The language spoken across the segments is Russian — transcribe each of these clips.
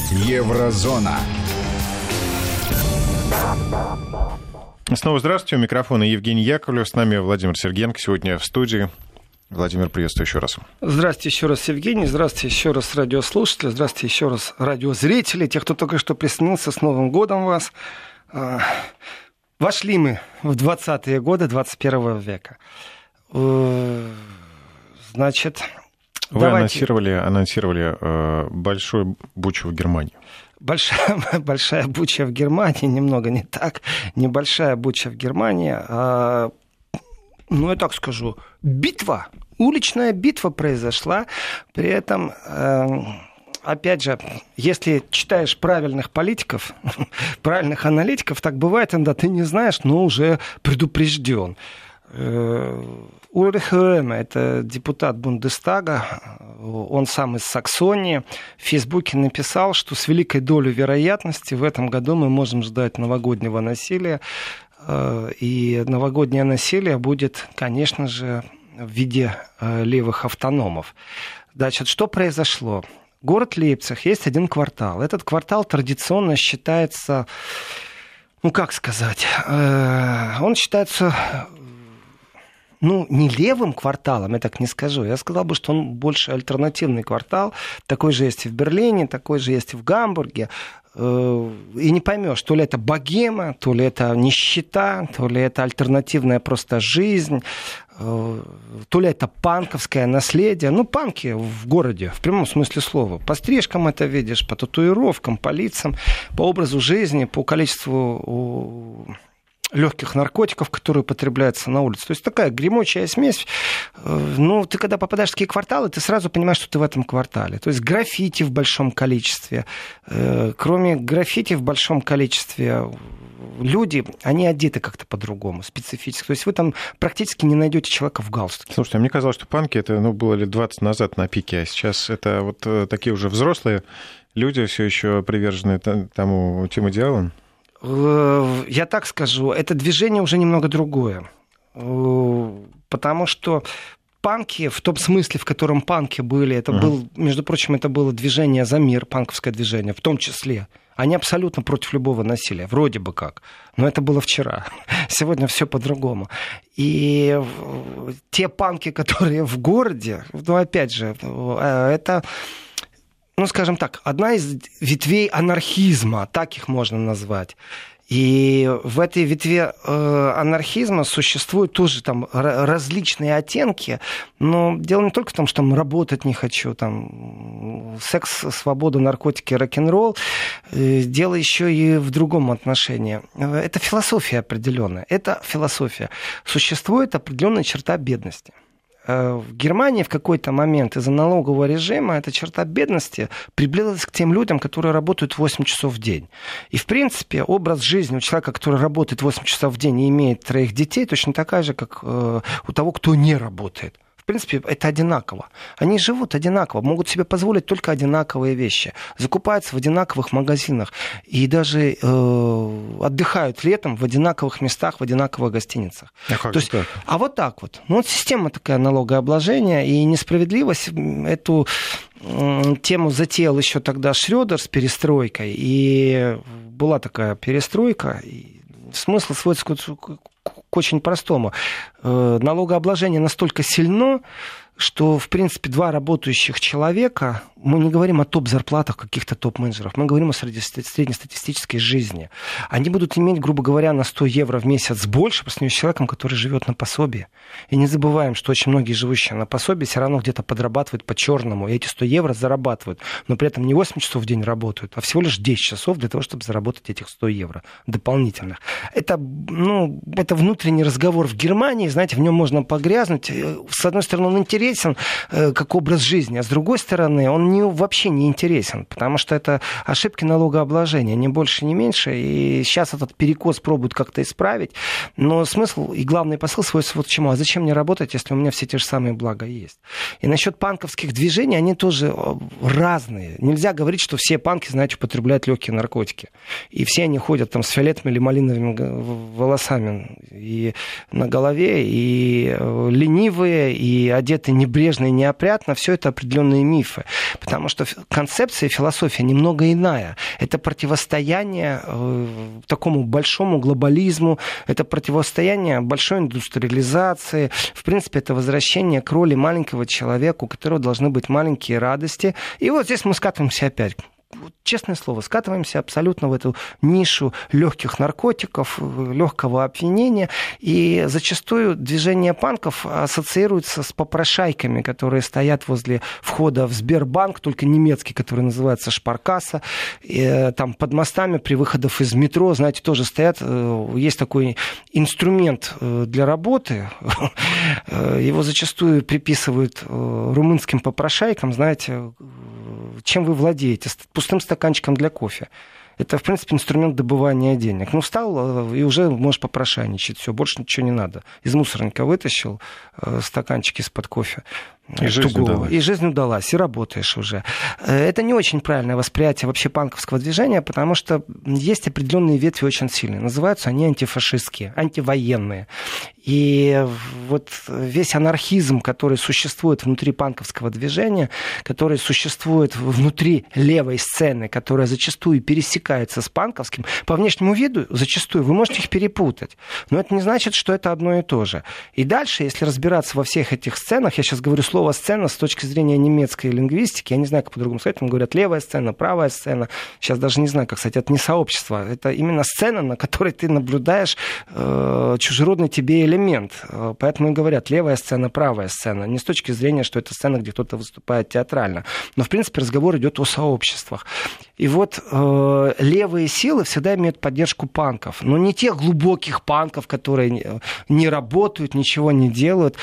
Еврозона. Снова здравствуйте. У микрофона Евгений Яковлев. С нами Владимир Сергеенко сегодня в студии. Владимир, приветствую еще раз. Здравствуйте еще раз, Евгений. Здравствуйте еще раз, радиослушатели. Здравствуйте еще раз, радиозрители. Те, кто только что присоединился, с Новым годом вас. Вошли мы в 20-е годы 21 века. Значит, вы анонсировали большую бучу в Германии. Большая буча в Германии, немного не так. Небольшая буча в Германии. Я так скажу, уличная битва произошла. При этом, опять же, если читаешь правильных политиков, правильных аналитиков, так бывает, иногда ты не знаешь, но уже предупрежден. Ульрих Рёме, это депутат Бундестага, он сам из Саксонии, в Фейсбуке написал, что с великой долей вероятности в этом году мы можем ждать новогоднего насилия, и новогоднее насилие будет, конечно же, в виде левых автономов. Значит, что произошло? Город Лейпциг, есть один квартал. Этот квартал традиционно считается, он считается... не левым кварталом, я так не скажу. Я сказал бы, что он больше альтернативный квартал. Такой же есть и в Берлине, такой же есть и в Гамбурге. И не поймешь, то ли это богема, то ли это нищета, то ли это альтернативная просто жизнь, то ли это панковское наследие. Панки в городе, в прямом смысле слова. По стрижкам это видишь, по татуировкам, по лицам, по образу жизни, по количеству... легких наркотиков, которые употребляются на улице. То есть такая гремучая смесь. Ты когда попадаешь в такие кварталы, ты сразу понимаешь, что ты в этом квартале. То есть граффити в большом количестве. Кроме граффити в большом количестве, люди, они одеты как-то по-другому, специфически. То есть вы там практически не найдете человека в галстуке. Слушайте, мне казалось, что панки, это было лет 20 назад на пике, а сейчас это вот такие уже взрослые люди, все еще привержены тем идеалам. Я так скажу, это движение уже немного другое. Потому что панки, в том смысле, в котором панки были, это был, между прочим, это было движение за мир, панковское движение, в том числе. Они абсолютно против любого насилия, вроде бы как. Но это было вчера. Сегодня все по-другому. И те панки, которые в городе, опять же, это... скажем так, одна из ветвей анархизма, так их можно назвать. И в этой ветве анархизма существуют тоже там различные оттенки, но дело не только в том, что там работать не хочу, там секс, свобода, наркотики, рок-н-ролл, дело еще и в другом отношении. Это философия определенная, это философия. Существует определенная черта бедности. В Германии в какой-то момент из-за налогового режима эта черта бедности приблизилась к тем людям, которые работают 8 часов в день. И, в принципе, образ жизни у человека, который работает 8 часов в день и имеет 3 детей, точно такая же, как у того, кто не работает. В принципе, это одинаково. Они живут одинаково, могут себе позволить только одинаковые вещи. Закупаются в одинаковых магазинах и даже отдыхают летом в одинаковых местах, в одинаковых гостиницах. А вот так вот. Система такая налогообложения и несправедливость. Эту тему затеял еще тогда Шрёдер с перестройкой. И была такая перестройка. И смысл сводится к очень простому. Налогообложение настолько сильно, что, в принципе, 2 работающих человека, мы не говорим о топ-зарплатах каких-то топ-менеджеров, мы говорим о среднестатистической жизни. Они будут иметь, грубо говоря, на 100 евро в месяц больше по сравнению с человеком, который живет на пособии. И не забываем, что очень многие живущие на пособии все равно где-то подрабатывают по-черному, и эти 100 евро зарабатывают, но при этом не 8 часов в день работают, а всего лишь 10 часов для того, чтобы заработать этих 100 евро дополнительных. Это внутренний разговор в Германии, знаете, в нем можно погрязнуть. С одной стороны, он интересен как образ жизни, а с другой стороны, он вообще не интересен, потому что это ошибки налогообложения, ни больше, ни меньше, и сейчас этот перекос пробуют как-то исправить, но смысл и главный посыл сводится вот к чему. А зачем мне работать, если у меня все те же самые блага есть? И насчет панковских движений, они тоже разные. Нельзя говорить, что все панки, знаете, употребляют легкие наркотики. И все они ходят там с фиолетовыми или малиновыми волосами и на голове, и ленивые, и одеты небрежно и неопрятно. Все это определенные мифы. потому что концепция и философия немного иная. Это противостояние такому большому глобализму, это противостояние большой индустриализации. В принципе, это возвращение к роли маленького человека, у которого должны быть маленькие радости. И вот здесь мы скатываемся опять. Честное слово, скатываемся абсолютно в эту нишу легких наркотиков, легкого опьянения. И зачастую движение панков ассоциируется с попрошайками, которые стоят возле входа в Сбербанк, только немецкий, который называется Шпаркасса. И там под мостами при выходах из метро, знаете, тоже стоят. Есть такой инструмент для работы. Его зачастую приписывают румынским попрошайкам, знаете, чем вы владеете? Пустым стаканчиком для кофе. Это, в принципе, инструмент добывания денег. Ну, встал и уже можешь попрошайничать. Все, больше ничего не надо. Из мусорника вытащил стаканчик из-под кофе. И жизнь удалась. И жизнь удалась, и работаешь уже. Это не очень правильное восприятие вообще панковского движения, потому что есть определенные ветви очень сильные. Называются они антифашистские, антивоенные. И вот весь анархизм, который существует внутри панковского движения, который существует внутри левой сцены, которая зачастую пересекается с панковским, по внешнему виду зачастую вы можете их перепутать. Но это не значит, что это одно и то же. И дальше, если разбираться во всех этих сценах, я сейчас говорю слово «сцена» с точки зрения немецкой лингвистики, я не знаю, как по-другому сказать, там говорят левая сцена, правая сцена, сейчас даже не знаю, как сказать, это не сообщество, это именно сцена, на которой ты наблюдаешь чужеродный тебе элемент. Поэтому и говорят левая сцена, правая сцена. Не с точки зрения, что это сцена, где кто-то выступает театрально. Но, в принципе, разговор идет о сообществах. И вот левые силы всегда имеют поддержку панков. Но не тех глубоких панков, которые не работают, ничего не делают.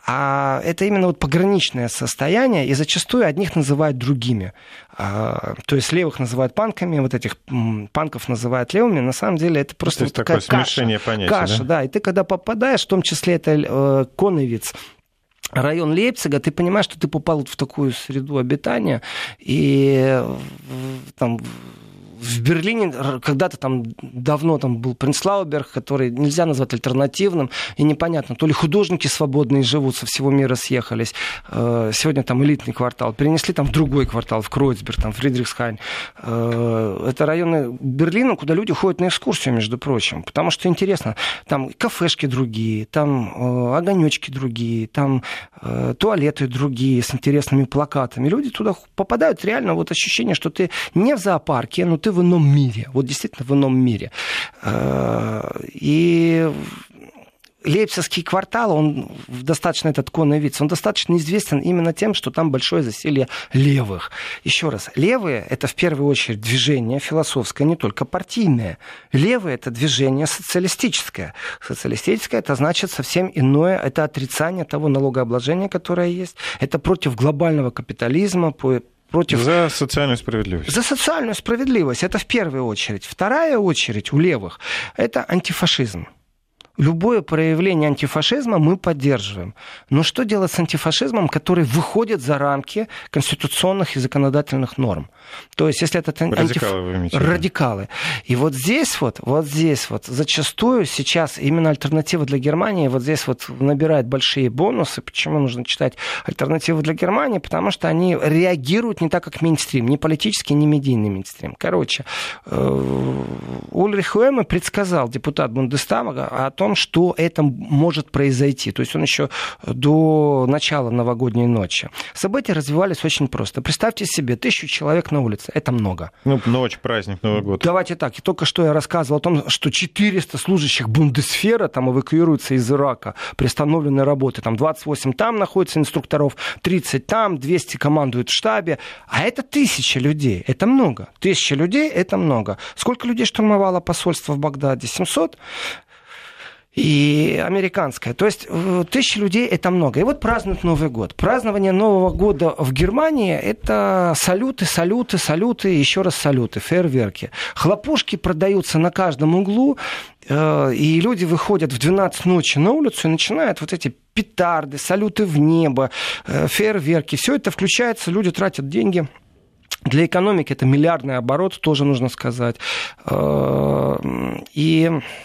А это именно вот пограничное состояние, и зачастую одних называют другими. То есть левых называют панками, вот этих панков называют левыми. На самом деле это просто вот такая смешение понятий, каша, да? И ты когда попадаешь, в том числе это Коневиц, район Лейпцига, ты понимаешь, что ты попал в такую среду обитания, и там... В Берлине когда-то там давно там был Принцлауберг, который нельзя назвать альтернативным, и непонятно, то ли художники свободные живут, со всего мира съехались, сегодня там элитный квартал, перенесли там в другой квартал, в Кройцберг, там Фридрихсхайн. Это районы Берлина, куда люди ходят на экскурсию, между прочим, потому что интересно, там кафешки другие, там огонечки другие, там туалеты другие с интересными плакатами. Люди туда попадают, реально вот ощущение, что ты не в зоопарке, но ты в ином мире, вот действительно в ином мире. И Лейпцигский квартал, он достаточно, этот Коневиц, он достаточно известен именно тем, что там большое засилье левых. Еще раз, левые — это в первую очередь движение философское, не только партийное. Левые — это движение социалистическое. Социалистическое — это значит совсем иное, это отрицание того налогообложения, которое есть, это против глобального капитализма, против... За социальную справедливость. За социальную справедливость. Это в первую очередь. Вторая очередь у левых — это антифашизм. Любое проявление антифашизма мы поддерживаем. Но что делать с антифашизмом, который выходит за рамки конституционных и законодательных норм? То есть, если это радикалы. И вот здесь зачастую сейчас именно альтернатива для Германии вот здесь вот набирает большие бонусы. Почему нужно читать альтернативу для Германии? Потому что они реагируют не так, как мейнстрим. Не политический, не медийный мейнстрим. Короче, Ульрих Уэме предсказал, депутат Бундестага, о том, что это может произойти. То есть он еще до начала новогодней ночи. События развивались очень просто. Представьте себе, 1000 человек на улице. Это много. Ну, ночь, праздник, Новый год. Давайте так. И только что я рассказывал о том, что 400 служащих Бундесвера там эвакуируются из Ирака. Приостановленной работы. Там 28 там находится инструкторов, 30 там, 200 командуют в штабе. А это 1000 людей. Это много. 1000 людей — это много. Сколько людей штурмовало посольство в Багдаде? 700? И американская. То есть 1000 людей — это много. И вот празднуют Новый год. Празднование Нового года в Германии — это салюты, еще раз салюты, фейерверки. Хлопушки продаются на каждом углу, и люди выходят в 12 ночи на улицу и начинают вот эти петарды, салюты в небо, фейерверки. Все это включается, люди тратят деньги. Для экономики это миллиардный оборот, тоже нужно сказать. И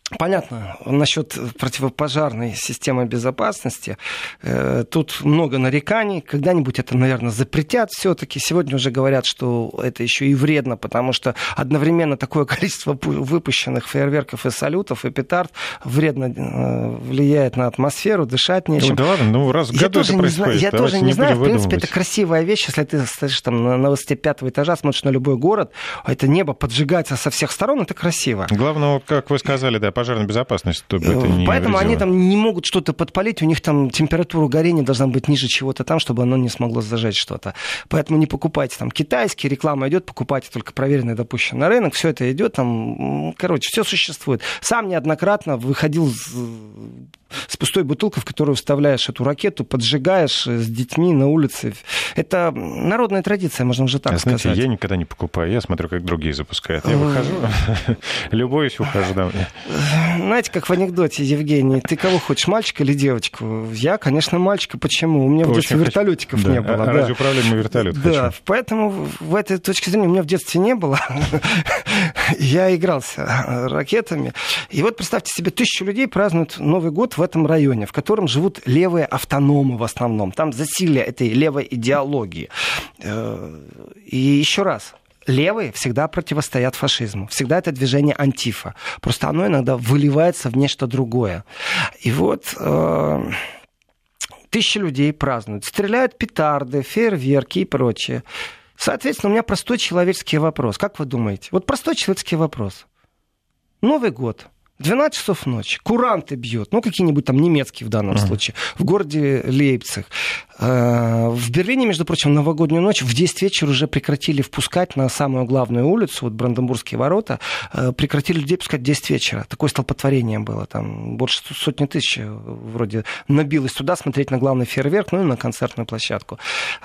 Понятно, насчет противопожарной системы безопасности. Тут много нареканий. Когда-нибудь это, наверное, запретят все-таки. Сегодня уже говорят, что это еще и вредно, потому что одновременно такое количество выпущенных фейерверков и салютов, и петард вредно влияет на атмосферу, дышать нечем. Да ладно, раз в году это происходит. Я тоже не знаю. В принципе, это красивая вещь. Если ты стоишь там на высоте 5-го этажа, смотришь на любой город, это небо поджигается со всех сторон, это красиво. Главное, как вы сказали, да, пожарная безопасность, чтобы это не Поэтому вредило. они там не могут что-то подпалить, у них там температура горения должна быть ниже чего-то там, чтобы оно не смогло зажечь что-то. Поэтому не покупайте там китайский, реклама идет, покупайте только проверенный, допущенный на рынок, все это идет там, короче, все существует. Сам неоднократно выходил с пустой бутылкой, в которую вставляешь эту ракету, поджигаешь с детьми на улице. Это народная традиция, можно уже так сказать. Знаете, я никогда не покупаю, я смотрю, как другие запускают. Я выхожу, любуюсь, ухожу домой. Знаете, как в анекдоте, Евгений, ты кого хочешь, мальчика или девочку? Я, конечно, мальчика. Почему? У меня в детстве вертолетиков не было. Радиоуправляемый вертолет хочу. Да, поэтому в этой точке зрения у меня в детстве не было. Я игрался ракетами. И вот представьте себе, 1000 людей празднуют Новый год в этом районе, в котором живут левые автономы в основном. Там засилие этой левой идеологии. И еще раз. Левые всегда противостоят фашизму. Всегда это движение антифа. Просто оно иногда выливается в нечто другое. И вот 1000 людей празднуют. Стреляют петарды, фейерверки и прочее. Соответственно, у меня простой человеческий вопрос. Как вы думаете? Вот простой человеческий вопрос. Новый год. 12 часов ночи. Куранты бьют. Ну, какие-нибудь там немецкие в данном случае. В городе Лейпциг. В Берлине, между прочим, новогоднюю ночь в 10 вечера уже прекратили впускать на самую главную улицу, вот Бранденбургские ворота, прекратили людей пускать в 10 вечера. Такое столпотворение было. Там больше 100 тысяч вроде набилось туда смотреть на главный фейерверк, ну и на концертную площадку.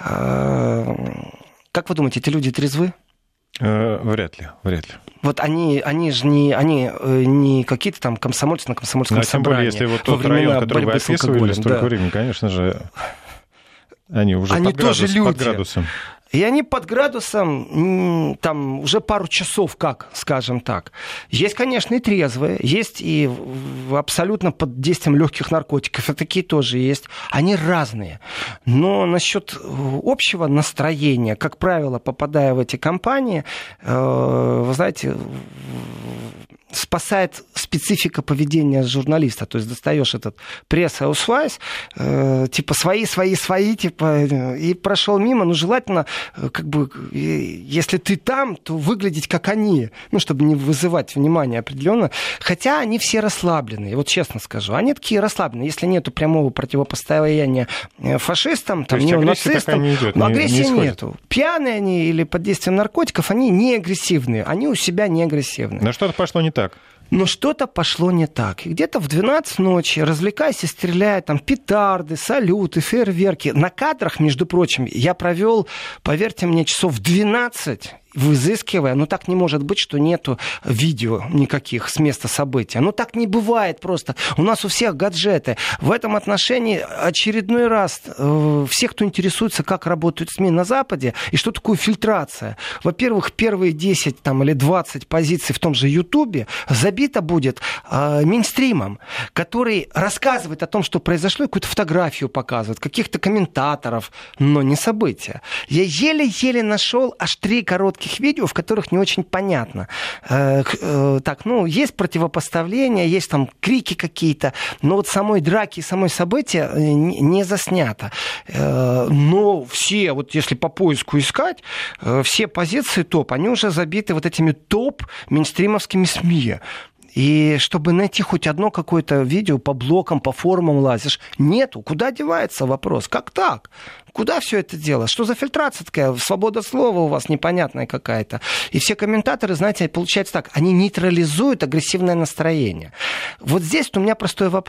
Как вы думаете, эти люди трезвы? Вряд ли. Вот они же не какие-то там комсомольцы на комсомольском собрании. Тем более, если вот тот район, который вы описывали столько времени, конечно же, они уже под градусом. И они под градусом там уже пару часов, как, скажем так. Есть, конечно, и трезвые, есть и абсолютно под действием легких наркотиков, и такие тоже есть. Они разные. Но насчет общего настроения, как правило, попадая в эти компании, вы знаете, спасает специфика поведения журналиста. То есть достаешь этот пресс-аусвайс, типа свои, типа, и прошел мимо. Ну, желательно, как бы, если ты там, то выглядеть как они, ну, чтобы не вызывать внимание определенно. Хотя они все расслабленные, вот честно скажу. Они такие расслабленные. Если нету прямого противопостояния фашистам, там, неонацистам, агрессии нету. Пьяные они или под действием наркотиков, они не агрессивные. Они у себя не агрессивные. Но что-то пошло не так. Но что-то пошло не так. И где-то в 12 ночи, развлекаясь и стреляя, там петарды, салюты, фейерверки. На кадрах, между прочим, я провел, поверьте мне, часов 12, выискивая. Ну, так не может быть, что нету видео никаких с места события. Ну, так не бывает просто. У нас у всех гаджеты. В этом отношении очередной раз всех, кто интересуется, как работают СМИ на Западе, и что такое фильтрация. Во-первых, первые 10 там, или 20 позиций в том же Ютубе забито будет мейнстримом, который рассказывает о том, что произошло, и какую-то фотографию показывает, каких-то комментаторов, но не события. Я еле-еле нашел аж 3 коротких видео, в которых не очень понятно. Так, ну, есть противопоставления, есть там крики какие-то, но вот самой драки, самой события не заснято. Но все, вот если по поиску искать, все позиции топ, они уже забиты вот этими топ-мейнстримовскими СМИ. И чтобы найти хоть одно какое-то видео по блокам, по форумам лазишь, нету. Куда девается вопрос? Как так? Куда все это дело? Что за фильтрация такая? Свобода слова у вас непонятная какая-то. И все комментаторы, знаете, получается так, они нейтрализуют агрессивное настроение. Вот здесь у меня простой вопрос.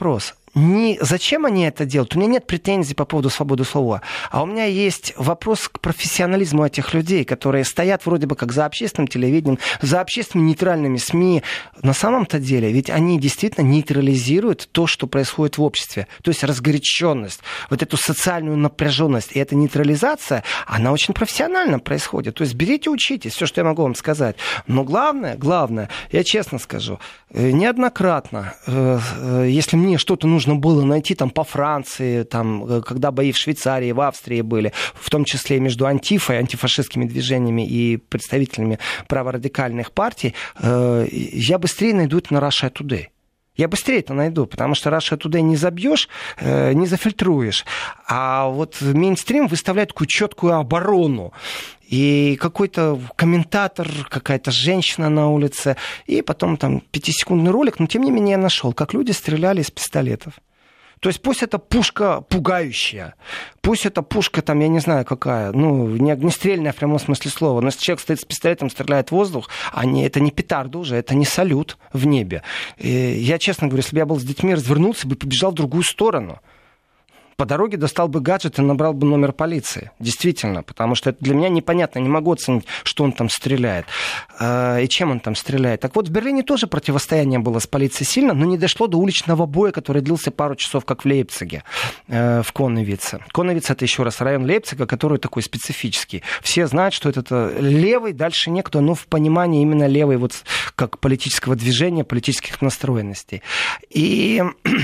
не зачем они это делают, у меня нет претензий по поводу свободы слова, а у меня есть вопрос к профессионализму этих людей, которые стоят вроде бы как за общественным телевидением, за общественными нейтральными СМИ. На самом-то деле, ведь они действительно нейтрализируют то, что происходит в обществе, то есть разгоряченность, вот эту социальную напряженность. И эта нейтрализация, она очень профессионально происходит. То есть берите, учитесь, все, что я могу вам сказать. Но главное, я честно скажу, неоднократно, если мне что-то нужно было найти там по Франции, там, когда бои в Швейцарии, в Австрии были, в том числе и между антифой, антифашистскими движениями и представителями праворадикальных партий, я быстрее найду это на Russia Today. Я быстрее это найду, потому что Russia Today не забьешь, не зафильтруешь. А вот мейнстрим выставляет такую четкую оборону. И какой-то комментатор, какая-то женщина на улице, и потом там 5-секундный ролик, но тем не менее я нашел, как люди стреляли из пистолетов. То есть пусть это пушка пугающая, пусть это пушка там, я не знаю какая, не огнестрельная в прямом смысле слова, но если человек стоит с пистолетом, стреляет в воздух, это не петарда уже, это не салют в небе. И я, честно говорю, если бы я был с детьми, развернулся бы и побежал в другую сторону. По дороге достал бы гаджет и набрал бы номер полиции. Действительно, потому что это для меня непонятно. Не могу оценить, что он там стреляет и чем он там стреляет. Так вот, в Берлине тоже противостояние было с полицией сильно, но не дошло до уличного боя, который длился пару часов, как в Лейпциге, в Конневице. Конневице — это еще раз район Лейпцига, который такой специфический. Все знают, что это левый, дальше некто, но в понимании именно левый, вот как политического движения, политических настроенностей. И...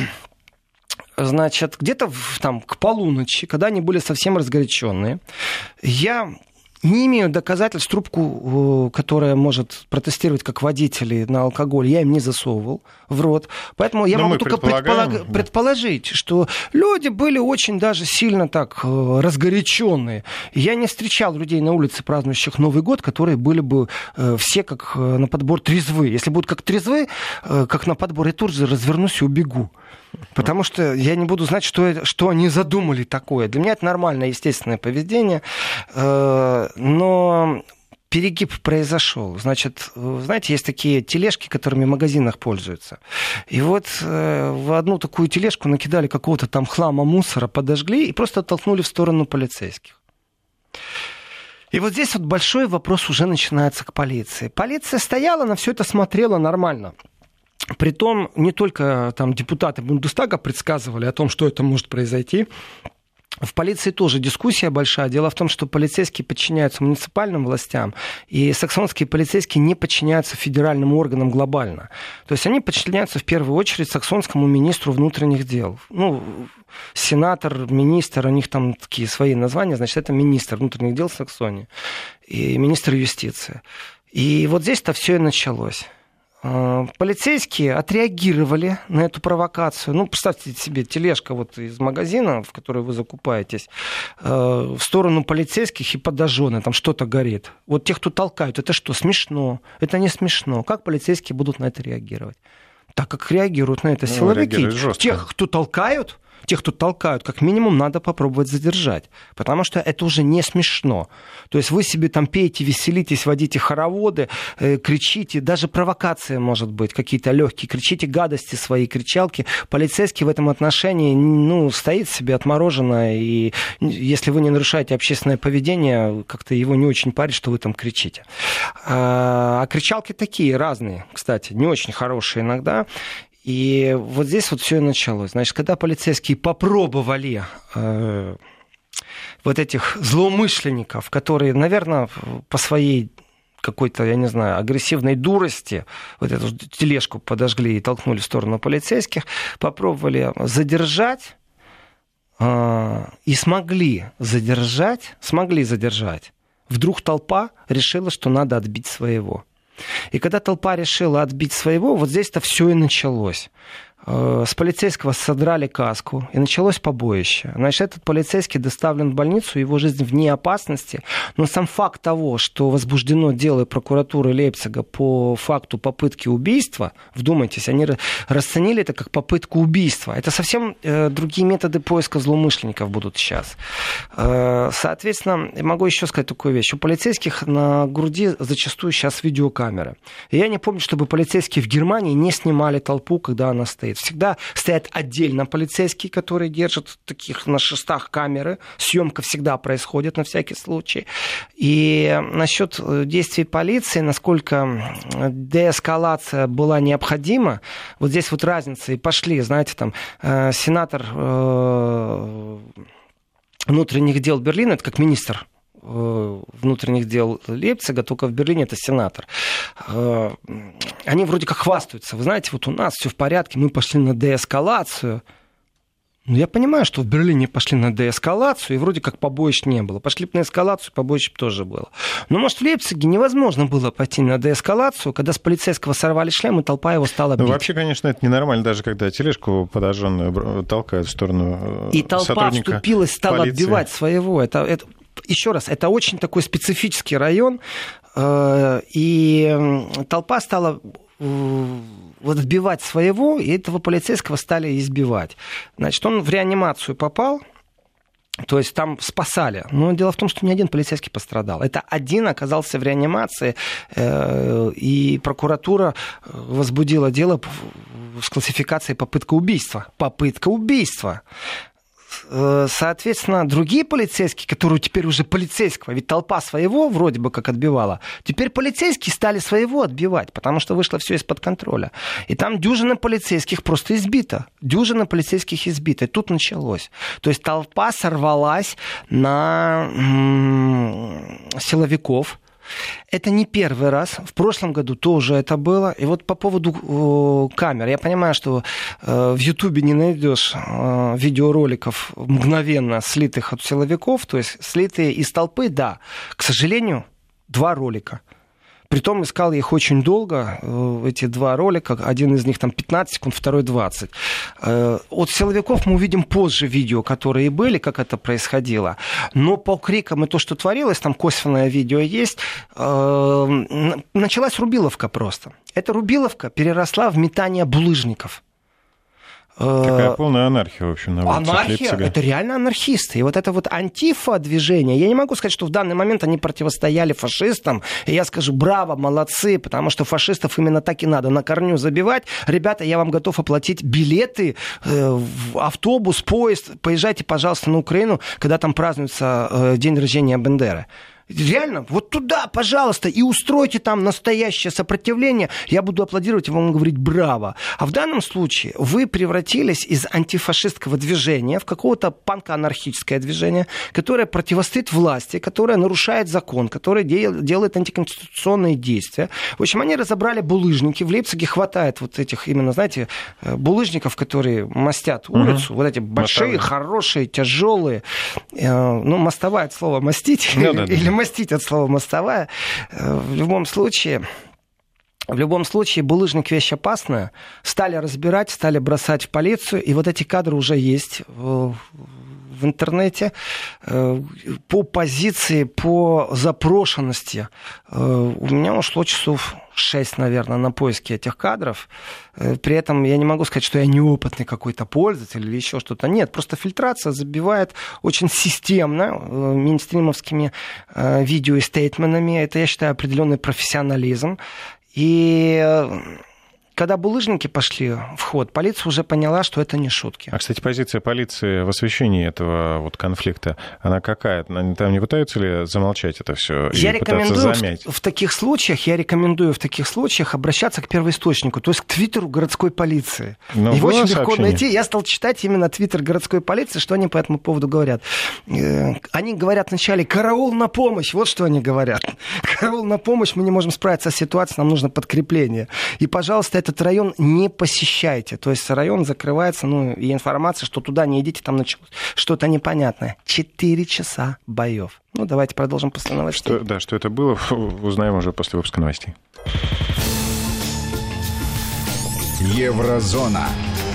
Значит, где-то там к полуночи, когда они были совсем разгоряченные, я не имею доказательств, трубку, которая может протестировать как водители на алкоголь, я им не засовывал в рот. Поэтому я могу только предположить, что люди были очень даже сильно так разгоряченные. Я не встречал людей на улице, празднующих Новый год, которые были бы все как на подбор трезвы. Если будут как трезвы, как на подбор, я тут же развернусь и убегу. Потому что я не буду знать, что они задумали такое. Для меня это нормальное, естественное поведение. Но перегиб произошел. Значит, знаете, есть такие тележки, которыми в магазинах пользуются. И вот в одну такую тележку накидали какого-то там хлама, мусора, подожгли и просто оттолкнули в сторону полицейских. И вот здесь вот большой вопрос уже начинается к полиции. Полиция стояла, на все это смотрела нормально. Притом не только там депутаты Бундестага предсказывали о том, что это может произойти. В полиции тоже дискуссия большая. Дело в том, что полицейские подчиняются муниципальным властям, и саксонские полицейские не подчиняются федеральным органам глобально. То есть они подчиняются в первую очередь саксонскому министру внутренних дел. Сенатор, министр, у них там такие свои названия, значит, это министр внутренних дел Саксонии и министр юстиции. И вот здесь-то все и началось. Полицейские отреагировали на эту провокацию. Представьте себе, тележка вот из магазина, в который вы закупаетесь, в сторону полицейских и подожженная, там что-то горит. Вот те, кто толкают, это что, смешно? Это не смешно. Как полицейские будут на это реагировать? Так как реагируют на это силовики. Тех, кто толкают, как минимум, надо попробовать задержать. Потому что это уже не смешно. То есть вы себе там пеете, веселитесь, водите хороводы, кричите. Даже провокация может быть, какие-то легкие. Кричите гадости свои, кричалки. Полицейский в этом отношении стоит себе отмороженно. И если вы не нарушаете общественное поведение, как-то его не очень парит, что вы там кричите. А кричалки такие разные, кстати, не очень хорошие иногда. И вот здесь вот все и началось. Значит, когда полицейские попробовали вот этих злоумышленников, которые, наверное, по своей какой-то, я не знаю, агрессивной дурости вот эту тележку подожгли и толкнули в сторону полицейских, попробовали задержать и смогли задержать. Вдруг толпа решила, что надо отбить своего. И когда толпа решила отбить своего, вот здесь-то все и началось. С полицейского содрали каску, и началось побоище. Значит, этот полицейский доставлен в больницу, его жизнь вне опасности. Но сам факт того, что возбуждено дело прокуратуры Лейпцига по факту попытки убийства, вдумайтесь, они расценили это как попытку убийства. Это совсем другие методы поиска злоумышленников будут сейчас. Соответственно, могу еще сказать такую вещь. У полицейских на груди зачастую сейчас видеокамеры. И я не помню, чтобы полицейские в Германии не снимали толпу, когда она стоит. стоит. Всегда стоят отдельно полицейские, которые держат таких на шестах камеры. Съемка всегда происходит на всякий случай. И насчет действий полиции, насколько деэскалация была необходима, вот здесь вот разница. И пошли, знаете, там сенатор внутренних дел Берлина, это как министр внутренних дел Лейпцига, только в Берлине это сенатор. Они вроде как хвастаются. Вы знаете, вот у нас все в порядке, мы пошли на деэскалацию. Ну, я понимаю, что в Берлине пошли на деэскалацию, и вроде как побоищ не было. Пошли бы на эскалацию, побоищ тоже было. Но, может, в Лейпциге невозможно было пойти на деэскалацию, когда с полицейского сорвали шлем, и толпа его стала бить. Ну, вообще, конечно, это ненормально, даже когда тележку подожженную толкают в сторону и толпа вступилась, стала полиции. Отбивать своего. Еще раз, это очень такой специфический район, и толпа стала вот отбивать своего, и этого полицейского стали избивать. Значит, он в реанимацию попал, то есть там спасали. Но дело в том, что ни один полицейский пострадал. Это один оказался в реанимации, и прокуратура возбудила дело с классификацией попытка убийства. Попытка убийства. Соответственно, другие полицейские, которые теперь уже полицейского, ведь толпа своего вроде бы как отбивала, теперь полицейские стали своего отбивать, потому что вышло все из-под контроля. И там дюжина полицейских просто избита. Дюжина полицейских избита. И тут началось. То есть толпа сорвалась на силовиков. Это не первый раз. В прошлом году тоже это было. И вот по поводу камер. Я понимаю, что в Ютубе не найдешь видеороликов мгновенно слитых от силовиков, то есть слитые из толпы, да. К сожалению, 2 ролика. Притом искал я их очень долго, эти 2 ролика. Один из них там 15 секунд, второй 20. От силовиков мы увидим позже видео, которые были, как это происходило. Но по крикам и то, что творилось, там косвенное видео есть, началась рубиловка просто. Эта рубиловка переросла в метание булыжников. Такая полная анархия, в общем, на улицах Анархия, Лейпцига. это реально анархисты. И вот это вот антифа-движение, я не могу сказать, что в данный момент они противостояли фашистам. И я скажу, браво, молодцы, потому что фашистов именно так и надо, на корню забивать. Ребята, я вам готов оплатить билеты в автобус, поезд. Поезжайте, пожалуйста, на Украину, когда там празднуется день рождения Бендеры. Реально, вот туда, пожалуйста, и устройте там настоящее сопротивление. Я буду аплодировать и вам говорить браво. А в данном случае вы превратились из антифашистского движения в какого-то панко-анархическое движение, которое противостоит власти, которое нарушает закон, которое делает антиконституционные действия. В общем, они разобрали булыжники. В Лейпциге хватает вот этих именно, знаете, булыжников, которые мастят улицу. Вот эти большие, мостовые, хорошие, тяжелые. Ну, мостовая, это слово мастить. Или мастить от слова мостовая. В любом случае, булыжник вещь опасная. Стали разбирать, стали бросать в полицию. И вот эти кадры уже есть в интернете. По позиции, по запрошенности у меня ушло часов 6, наверное, на поиски этих кадров. При этом я не могу сказать, что я неопытный какой-то пользователь или еще что-то. Нет, просто фильтрация забивает очень системно мейнстримовскими видео и стейтментами. Это, я считаю, определенный профессионализм. И когда булыжники пошли в ход, полиция уже поняла, что это не шутки. А, кстати, позиция полиции в освещении этого вот конфликта, она какая? Они там не пытаются ли замолчать это все и пытаться замять? В таких случаях, я рекомендую в таких случаях обращаться к первоисточнику, то есть к твиттеру городской полиции. Его очень легко найти. Я стал читать именно твиттер городской полиции, что они по этому поводу говорят. Они говорят вначале: караул на помощь. Вот что они говорят. Караул на помощь, мы не можем справиться с ситуацией, нам нужно подкрепление. И, пожалуйста, этот район не посещайте. То есть район закрывается, и информация, что туда не идите, там началось что-то непонятное. 4 часа боев. Давайте продолжим после новостей. Что это было, узнаем уже после выпуска новостей. Еврозона.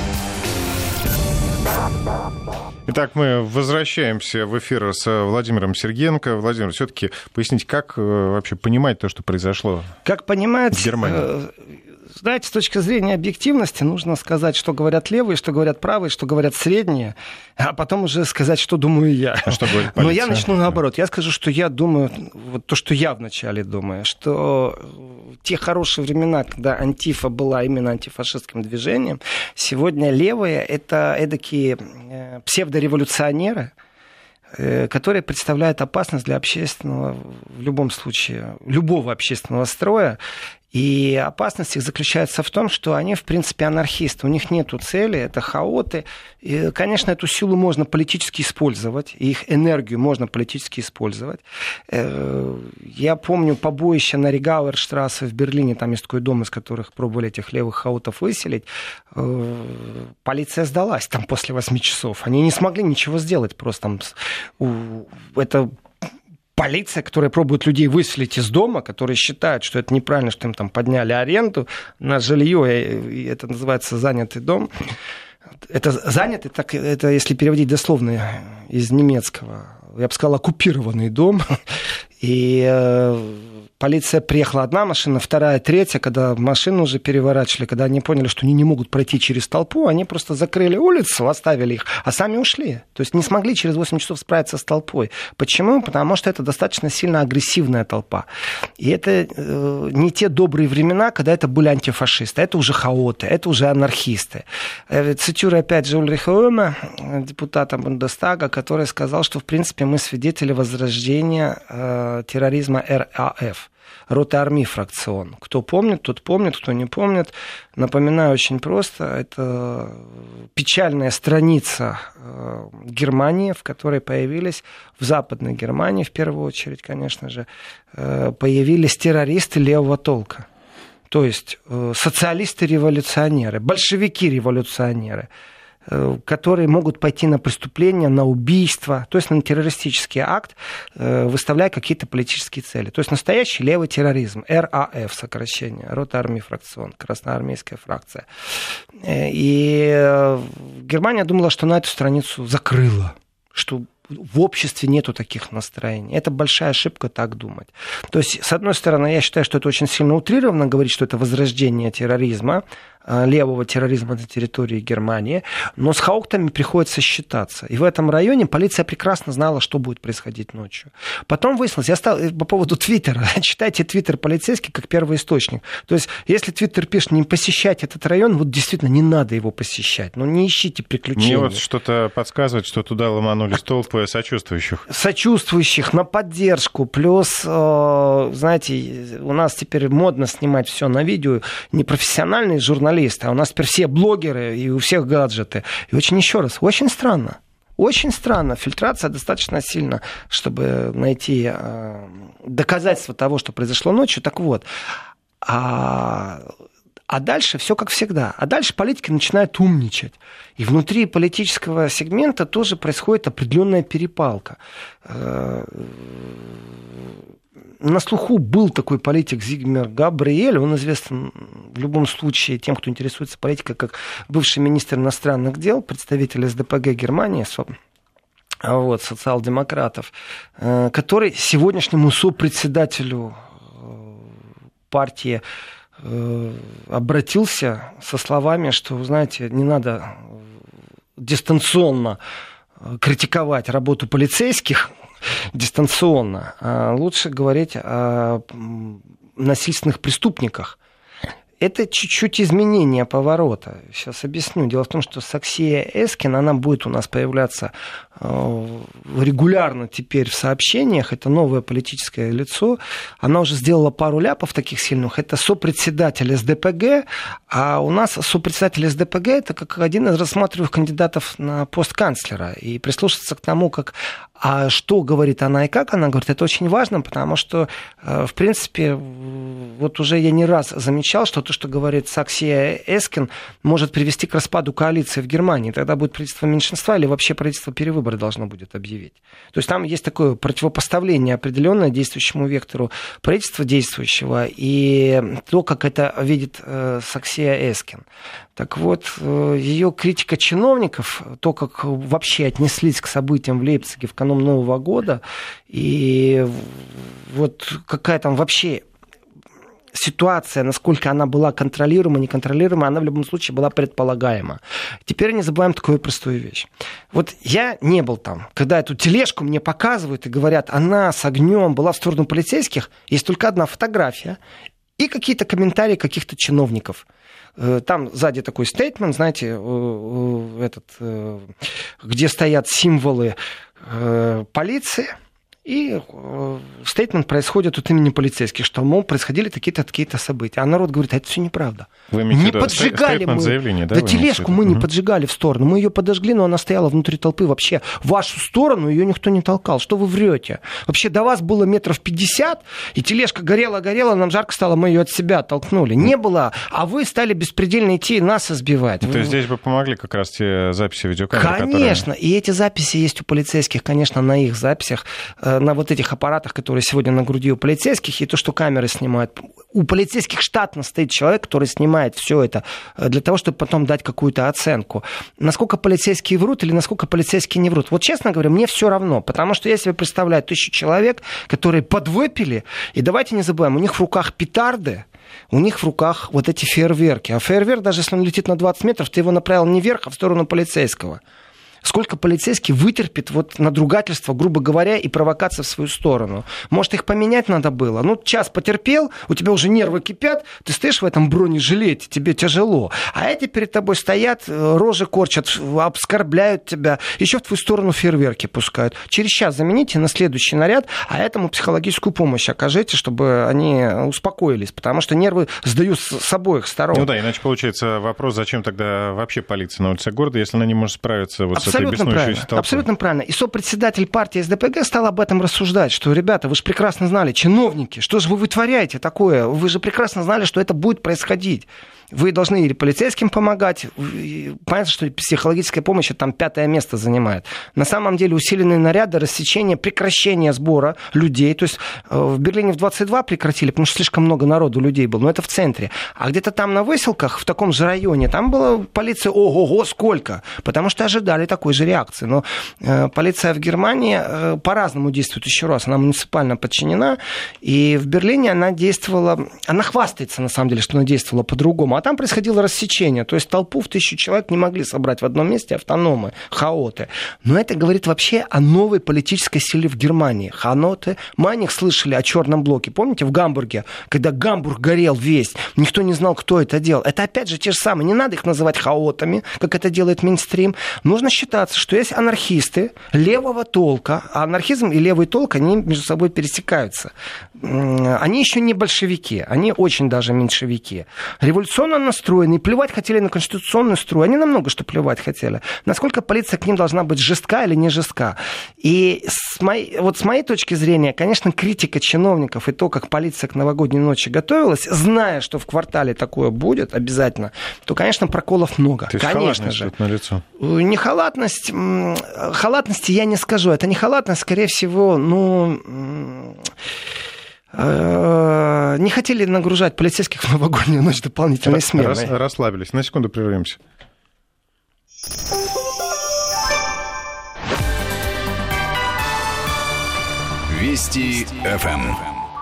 Итак, мы возвращаемся в эфир с Владимиром Сергеенко. Владимир, все-таки поясните, как вообще понимать то, что произошло в Германии? знаете, с точки зрения объективности нужно сказать, что говорят левые, что говорят правые, что говорят средние, а потом уже сказать, что думаю я. А что говорит полиция? Но я начну наоборот. Я скажу, что я думаю, вот то, что я вначале думаю, что те хорошие времена, когда Антифа была именно антифашистским движением, сегодня левые — это эдакие псевдореволюционеры, которые представляют опасность для общественного, в любом случае, любого общественного строя. И опасность их заключается в том, что они, в принципе, анархисты. У них нет цели, это хаоты. И, конечно, эту силу можно политически использовать, и их энергию можно политически использовать. Я помню побоище на Ригауэрштрассе в Берлине, там есть такой дом, из которых пробовали этих левых хаотов выселить. Полиция сдалась там после 8 часов. Они не смогли ничего сделать просто. Это полиция, которая пробует людей выселить из дома, которые считают, что это неправильно, что им там подняли аренду на жилье, и это называется занятый дом. Это занятый, так, это если переводить дословно из немецкого, я бы сказал, оккупированный дом. И полиция приехала, одна машина, вторая, третья, когда машину уже переворачивали, когда они поняли, что они не могут пройти через толпу, они просто закрыли улицу, оставили их, а сами ушли. То есть не смогли через 8 часов справиться с толпой. Почему? Потому что это достаточно сильно агрессивная толпа. И это не те добрые времена, когда это были антифашисты, это уже хаоты, это уже анархисты. Цитирую опять же Ульриха Ойма, депутата Бундестага, который сказал, что в принципе мы свидетели возрождения терроризма РАФ. Рота-армии фракцион. Кто помнит, тот помнит, кто не помнит. Напоминаю очень просто. Это печальная страница Германии, в которой появились, в Западной Германии, в первую очередь, конечно же, появились террористы левого толка. То есть социалисты-революционеры, большевики-революционеры, которые могут пойти на преступление, на убийство, то есть на террористический акт, выставляя какие-то политические цели. То есть настоящий левый терроризм, РАФ сокращение, Рота-армии фракцион, красноармейская фракция. И Германия думала, что на эту страницу закрыла, что в обществе нету таких настроений. Это большая ошибка так думать. То есть, с одной стороны, я считаю, что это очень сильно утрированно говорить, что это возрождение терроризма, левого терроризма на территории Германии, но с хаоктами приходится считаться. И в этом районе полиция прекрасно знала, что будет происходить ночью. Потом выяснилось, я стал по поводу Твиттера, читайте Твиттер полицейский как первоисточник. То есть, если Твиттер пишет, не посещать этот район, вот действительно не надо его посещать, но не ищите приключений. Мне вот что-то подсказывает, что туда ломанулись толпы сочувствующих. Сочувствующих на поддержку. Плюс, знаете, у нас теперь модно снимать все на видео. Непрофессиональные журналисты, а у нас теперь все блогеры и у всех гаджеты. И очень странно. Очень странно. Фильтрация достаточно сильна, чтобы найти доказательства того, что произошло ночью. Так вот. А дальше все как всегда. А дальше политики начинают умничать. И внутри политического сегмента тоже происходит определенная перепалка. На слуху был такой политик Зигмар Габриэль, он известен в любом случае тем, кто интересуется политикой, как бывший министр иностранных дел, представитель СДПГ Германии, социал-демократов, который сегодняшнему сопредседателю партии обратился со словами, что, вы знаете, не надо дистанционно критиковать работу полицейских, дистанционно, а лучше говорить о насильственных преступниках. Это чуть-чуть изменение поворота. Сейчас объясню. Дело в том, что Саксия Эскин, она будет у нас появляться регулярно теперь в сообщениях. Это новое политическое лицо. Она уже сделала пару ляпов таких сильных. Это сопредседатель СДПГ. А у нас сопредседатель СДПГ это как один из рассматриваемых кандидатов на пост канцлера. И прислушаться к тому, а что говорит она и как она говорит, это очень важно, потому что, в принципе, вот уже я не раз замечал, что то, что говорит Саксия Эскин, может привести к распаду коалиции в Германии. Тогда будет правительство меньшинства или вообще правительство перевыборы должно будет объявить. То есть там есть такое противопоставление определенное действующему вектору правительства действующего и то, как это видит Саксия Эскин. Так вот, ее критика чиновников, то, как вообще отнеслись к событиям в Лейпциге в канун Нового года, и вот какая там вообще ситуация, насколько она была контролируема, неконтролируема, она в любом случае была предполагаема. Теперь не забываем такую простую вещь. Вот я не был там. Когда эту тележку мне показывают и говорят, она с огнем была в сторону полицейских, есть только одна фотография и какие-то комментарии каких-то чиновников. Там сзади такой стейтмент, знаете, где стоят символы полиции. И стейтмент происходит от имени полицейских, что, мол, происходили такие-то события. А народ говорит, это все неправда. Вы имеете не в виду поджигали мы. Заявление, да, тележку мы не поджигали в сторону. Мы ее подожгли, но она стояла внутри толпы. Вообще, в вашу сторону ее никто не толкал. Что вы врете? Вообще, до вас было 50 метров, и тележка горела, нам жарко стало, мы ее от себя толкнули. Не было, а вы стали беспредельно идти и нас избивать. То есть здесь бы помогли как раз те записи видеокамеры, Конечно, и эти записи есть у полицейских, конечно, на их записях, на вот этих аппаратах, которые сегодня на груди у полицейских, и то, что камеры снимают. У полицейских штатно стоит человек, который снимает все это для того, чтобы потом дать какую-то оценку. Насколько полицейские врут или насколько полицейские не врут. Вот, честно говоря, мне все равно, потому что я себе представляю 1000 человек, которые подвыпили, и давайте не забываем, у них в руках петарды, у них в руках вот эти фейерверки. А фейерверк, даже если он летит на 20 метров, ты его направил не вверх, а в сторону полицейского. Сколько полицейский вытерпит вот надругательство, грубо говоря, и провокация в свою сторону? Может, их поменять надо было? Ну, час потерпел, у тебя уже нервы кипят, ты стоишь в этом бронежилете, тебе тяжело. А эти перед тобой стоят, рожи корчат, оскорбляют тебя, еще в твою сторону фейерверки пускают. Через час замените на следующий наряд, а этому психологическую помощь окажите, чтобы они успокоились, потому что нервы сдают с обоих сторон. Ну да, иначе получается вопрос, зачем тогда вообще полиция на улице города, если она не может справиться вот с Абсолютно правильно. И сопредседатель партии СДПГ стал об этом рассуждать, что, ребята, вы же прекрасно знали, чиновники, что же вы вытворяете такое? Вы же прекрасно знали, что это будет происходить. Вы должны или полицейским помогать. Понятно, что психологическая помощь там 5-е место занимает. На самом деле усиленные наряды, рассечение, прекращение сбора людей. То есть в Берлине в 22 прекратили, потому что слишком много народу, людей было. Но это в центре. А где-то там на выселках, в таком же районе, там была полиция, ого-го, сколько. Потому что ожидали такой же реакции. Но полиция в Германии по-разному действует, еще раз. Она муниципально подчинена. И в Берлине она действовала... Она хвастается, на самом деле, что она действовала по-другому. А там происходило рассечение. То есть толпу в 1000 человек не могли собрать в одном месте автономы, хаоты. Но это говорит вообще о новой политической силе в Германии. Ханоты. Мы о них слышали, о черном блоке. Помните, в Гамбурге, когда Гамбург горел весь, никто не знал, кто это делал. Это опять же те же самые. Не надо их называть хаотами, как это делает мейнстрим. Нужно считаться, что есть анархисты левого толка. А анархизм и левый толк, они между собой пересекаются. Они еще не большевики. Они очень даже меньшевики. Революционно настроенные, плевать хотели на конституционный строй. Они намного что плевать хотели. Насколько полиция к ним должна быть жестка или не жестка. И с моей точки зрения, конечно, критика чиновников и то, как полиция к новогодней ночи готовилась, зная, что в квартале такое будет обязательно, то, конечно, проколов много. То есть конечно же. Налицо. Не халатность. Халатности я не скажу. Это не халатность, скорее всего, не хотели нагружать полицейских в новогоднюю ночь дополнительной сменой. Расслабились. На секунду прервемся. Вести ФМ.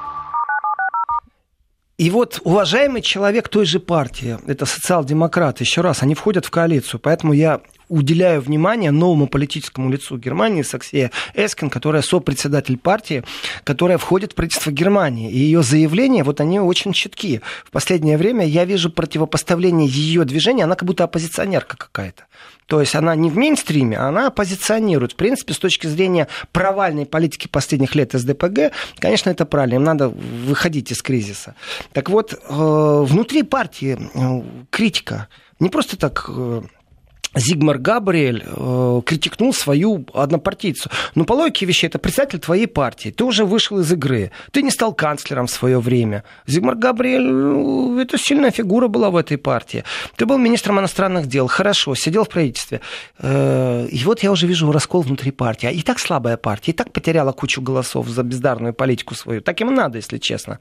И вот уважаемый человек той же партии, это социал-демократы, еще раз, они входят в коалицию, поэтому я уделяю внимание новому политическому лицу Германии, Саксия Эскен, которая сопредседатель партии, которая входит в правительство Германии. И ее заявления, вот они очень четки. В последнее время я вижу противопоставление ее движения, она как будто оппозиционерка какая-то. То есть она не в мейнстриме, она оппозиционирует. В принципе, с точки зрения провальной политики последних лет СДПГ, конечно, это правильно, им надо выходить из кризиса. Так вот, внутри партии критика. Не просто так... Зигмар Габриэль критикнул свою однопартийцу. Но по логике вещей, это председатель твоей партии. Ты уже вышел из игры. Ты не стал канцлером в свое время. Зигмар Габриэль, это сильная фигура была в этой партии. Ты был министром иностранных дел. Хорошо, сидел в правительстве. И вот я уже вижу раскол внутри партии. И так слабая партия, и так потеряла кучу голосов за бездарную политику свою. Так им надо, если честно.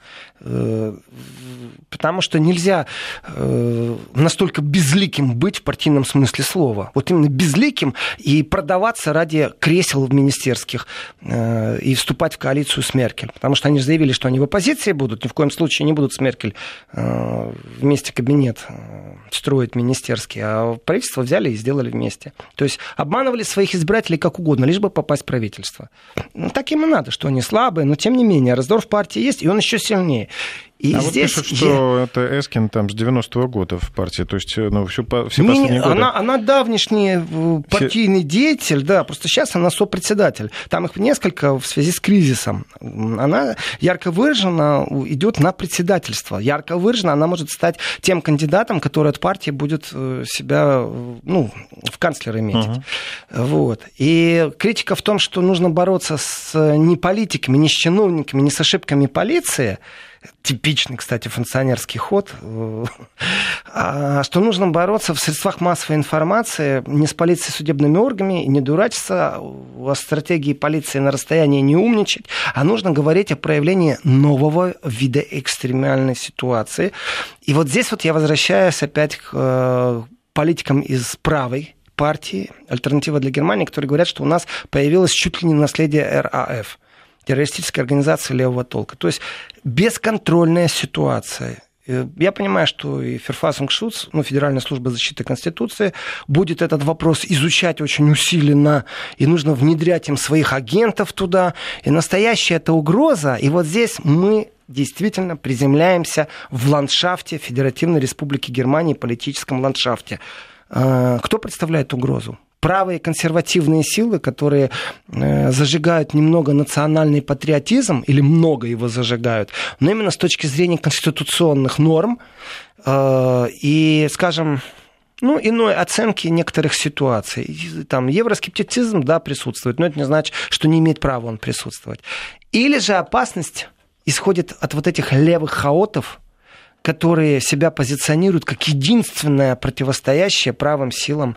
Потому что нельзя настолько безликим быть в партийном смысле слова. слова. Вот именно безликим и продаваться ради кресел министерских и вступать в коалицию с Меркель. Потому что они же заявили, что они в оппозиции будут, ни в коем случае не будут с Меркель вместе кабинет строить министерский, а правительство взяли и сделали вместе. То есть обманывали своих избирателей как угодно, лишь бы попасть в правительство. Ну, так им и надо, что они слабые, но тем не менее раздор в партии есть, и он еще сильнее. И а здесь вот пишут, что это Эскин там с 90-го года в партии, то есть все последние годы. Она давнишний партийный деятель, да, просто сейчас она сопредседатель. Там их несколько в связи с кризисом. Она ярко выраженно идет на председательство. Ярко выраженно она может стать тем кандидатом, который от партии будет себя в канцлеры метить. Вот. И критика в том, что нужно бороться не политиками, не с чиновниками, не с ошибками полиции, типичный, кстати, функционерский ход, что нужно бороться в средствах массовой информации, не с полицией, судебными органами, не дурачиться, о стратегии полиции на расстоянии не умничать, а нужно говорить о проявлении нового вида экстремальной ситуации. И вот здесь вот я возвращаюсь опять к политикам из правой партии «Альтернатива для Германии», которые говорят, что у нас появилось чуть ли не наследие РАФ. Террористической организации левого толка. То есть бесконтрольная ситуация. Я понимаю, что и Verfassungsschutz, Федеральная служба защиты Конституции, будет этот вопрос изучать очень усиленно, и нужно внедрять им своих агентов туда. И настоящая это угроза. И вот здесь мы действительно приземляемся в ландшафте Федеративной Республики Германии, политическом ландшафте. Кто представляет угрозу? Правые консервативные силы, которые зажигают немного национальный патриотизм, или много его зажигают, но именно с точки зрения конституционных норм и, скажем, иной оценки некоторых ситуаций. Там евроскептицизм, да, присутствует, но это не значит, что не имеет права он присутствовать. Или же опасность исходит от вот этих левых хаотов, которые себя позиционируют как единственное противостоящее правым силам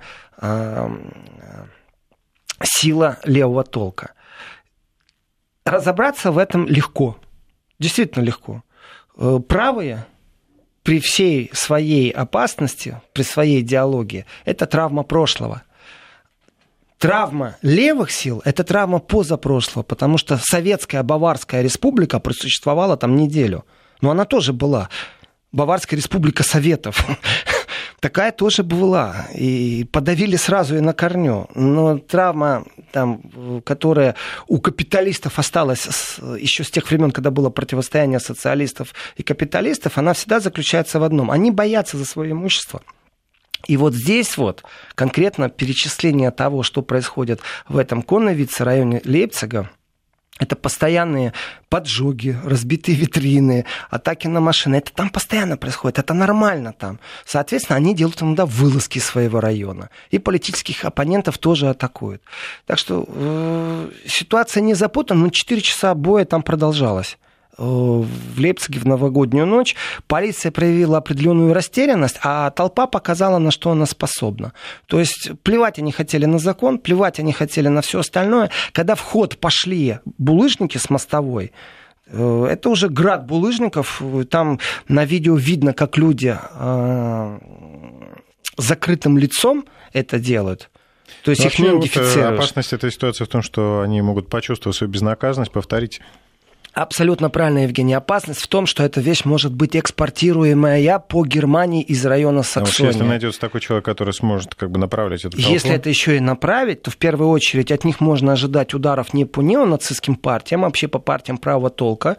сила левого толка. Разобраться в этом легко, действительно легко. Правые при всей своей опасности, при своей идеологии, это травма прошлого. Травма левых сил – это травма позапрошлого, потому что Советская Баварская республика просуществовала там неделю. Но она тоже была. Баварская республика Советов. Такая тоже была. И подавили сразу и на корню. Но травма, которая у капиталистов осталась еще с тех времен, когда было противостояние социалистов и капиталистов, она всегда заключается в одном. Они боятся за свое имущество. И вот здесь вот конкретно перечисление того, что происходит в этом Конновице, районе Лейпцига, это постоянные поджоги, разбитые витрины, атаки на машины. Это там постоянно происходит, это нормально там. Соответственно, они делают иногда вылазки из своего района. И политических оппонентов тоже атакуют. Так что ситуация не запутана, но 4 часа боя там продолжалось. В Лейпциге в новогоднюю ночь полиция проявила определенную растерянность, а толпа показала, на что она способна. То есть плевать они хотели на закон, плевать они хотели на все остальное. Когда в ход пошли булыжники с мостовой, это уже град булыжников. Там на видео видно, как люди закрытым лицом это делают. То есть их не идентифицируешь. Опасность этой ситуации в том, что они могут почувствовать свою безнаказанность, повторить. Абсолютно правильно, Евгений. Опасность в том, что эта вещь может быть экспортируемая по Германии из района Саксонии. Если найдется такой человек, который сможет направлять эту толпу. Если это еще и направить, то в первую очередь от них можно ожидать ударов не по неонацистским партиям, а вообще по партиям правого толка.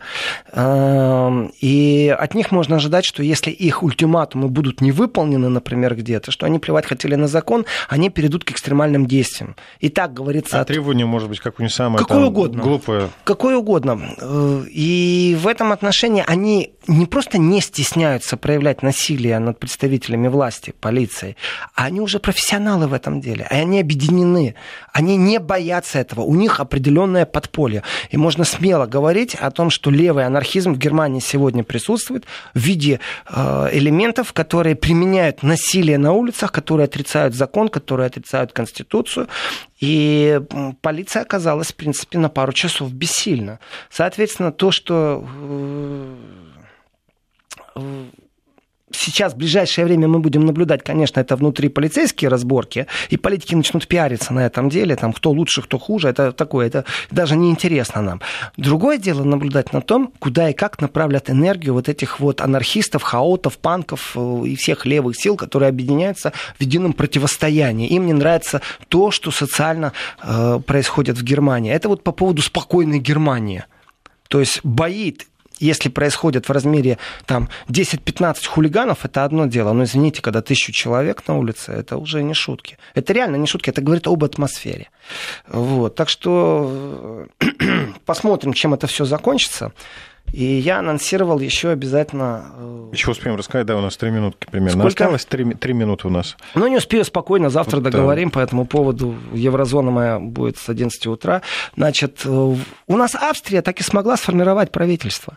И от них можно ожидать, что если их ультиматумы будут не выполнены, например, где-то, что они плевать хотели на закон, они перейдут к экстремальным действиям. И так говорится... требование может быть какое-нибудь самое глупое. Какое угодно. И в этом отношении они не просто не стесняются проявлять насилие над представителями власти, полицией, а они уже профессионалы в этом деле. И они объединены. Они не боятся этого. У них определенное подполье. И можно смело говорить о том, что левый анархизм в Германии сегодня присутствует в виде элементов, которые применяют насилие на улицах, которые отрицают закон, которые отрицают Конституцию. И полиция оказалась, в принципе, на пару часов бессильна. Соответственно, то, что сейчас в ближайшее время мы будем наблюдать, конечно, это внутриполицейские разборки, и политики начнут пиариться на этом деле, там, кто лучше, кто хуже, это такое, это даже не интересно нам. Другое дело наблюдать на том, куда и как направлят энергию вот этих вот анархистов, хаотов, панков и всех левых сил, которые объединяются в едином противостоянии. Им не нравится то, что социально происходит в Германии. Это вот по поводу спокойной Германии. То есть бои, если происходят в размере там, 10-15 хулиганов, это одно дело. Но извините, когда 1000 человек на улице, это уже не шутки. Это реально не шутки, это говорит об атмосфере. Вот. Так что посмотрим, чем это все закончится. И я анонсировал еще обязательно... Еще успеем рассказать, да, у нас 3 минутки примерно. Сколько? Осталось 3 минуты у нас. Ну, не успею, спокойно, завтра вот, договорим по этому поводу. Еврозона моя будет с 11 утра. Значит, у нас Австрия так и смогла сформировать правительство.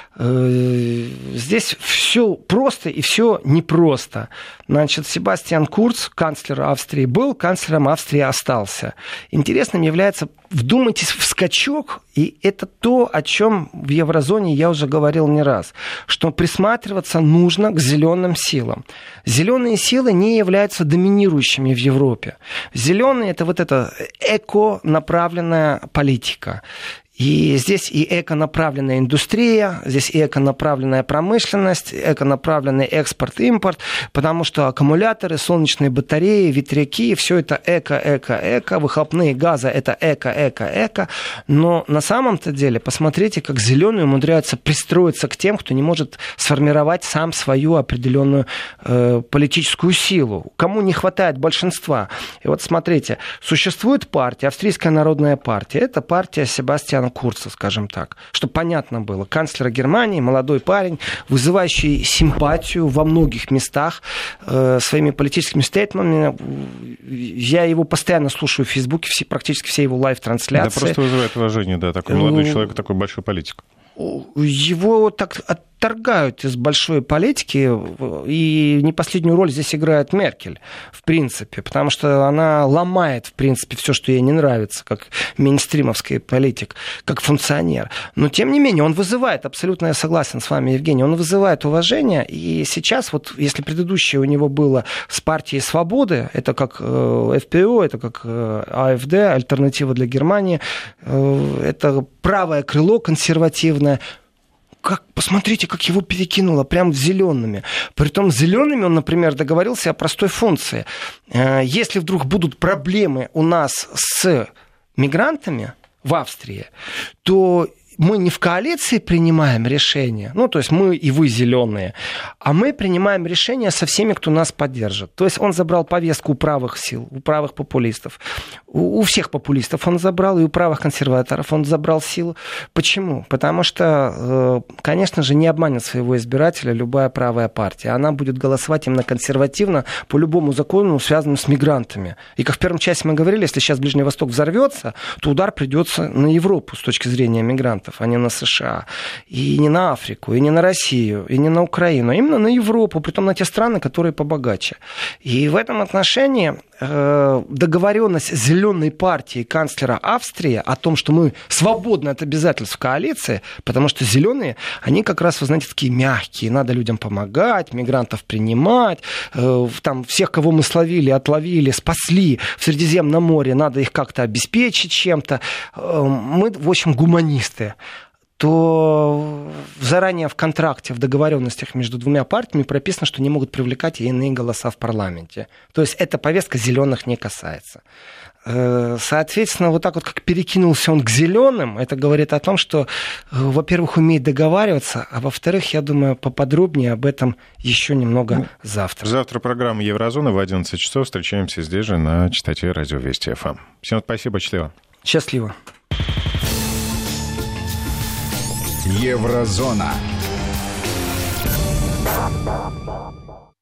Здесь все просто и все непросто. Значит, Себастьян Курц, канцлер Австрии, был, канцлером Австрии остался. Интересным является, вдумайтесь в скачок, и это то, о чем в еврозоне я уже говорил не раз, что присматриваться нужно к зеленым силам. Зеленые силы не являются доминирующими в Европе. Зеленые — это вот эта эко-направленная политика. И здесь и эконаправленная индустрия, здесь и эконаправленная промышленность, эконаправленный экспорт-импорт, потому что аккумуляторы, солнечные батареи, ветряки, все это эко, выхлопные газы, это эко. Но на самом-то деле, посмотрите, как зеленые умудряются пристроиться к тем, кто не может сформировать сам свою определенную политическую силу, кому не хватает большинства. И вот смотрите, существует партия, Австрийская народная партия, это партия Себастьяна Курца, скажем так, чтобы понятно было. Канцлер Германии, молодой парень, вызывающий симпатию во многих местах своими политическими стейтментами. Я его постоянно слушаю в Фейсбуке, практически все его лайв-трансляции. Да, просто вызывает уважение, да, такой молодой человек, такой большой политик. Его так отторгают из большой политики, и не последнюю роль здесь играет Меркель, в принципе, потому что она ломает, в принципе, все, что ей не нравится, как мейнстримовский политик, как функционер. Но, тем не менее, он вызывает, абсолютно я согласен с вами, Евгений, он вызывает уважение, и сейчас, вот, если предыдущее у него было с партией «Свободы», это как ФПО, это как АФД, альтернатива для Германии, это правое крыло консервативное. Посмотрите, как его перекинуло прям зелеными. Притом зелеными он, например, договорился о простой функции. Если вдруг будут проблемы у нас с мигрантами в Австрии, то мы не в коалиции принимаем решения, ну, то есть мы и вы зеленые, а мы принимаем решения со всеми, кто нас поддержит. То есть он забрал повестку у правых сил, у правых популистов. У всех популистов он забрал, и у правых консерваторов он забрал силу. Почему? Потому что, конечно же, не обманет своего избирателя любая правая партия. Она будет голосовать именно консервативно по любому закону, связанному с мигрантами. И как в первом часе мы говорили, если сейчас Ближний Восток взорвется, то удар придется на Европу с точки зрения мигрантов, а не на США. И не на Африку, и не на Россию, и не на Украину, а именно на Европу, притом на те страны, которые побогаче. И в этом отношении договоренность зеленой партии канцлера Австрии о том, что мы свободны от обязательств коалиции, потому что зеленые, они как раз, вы знаете, такие мягкие, надо людям помогать, мигрантов принимать, там всех, кого мы словили, отловили, спасли в Средиземном море, надо их как-то обеспечить чем-то. Мы, в общем, гуманисты. То заранее в контракте, в договоренностях между двумя партиями прописано, что не могут привлекать и иные голоса в парламенте. То есть эта повестка зеленых не касается. Соответственно, вот так вот, как перекинулся он к зеленым, это говорит о том, что, во-первых, умеет договариваться, а во-вторых, я думаю, поподробнее об этом еще немного завтра. Завтра программа «Еврозона» в 11 часов. Встречаемся здесь же на частоте радио Вести ФМ. Всем спасибо, счастливо. Счастливо. Еврозона.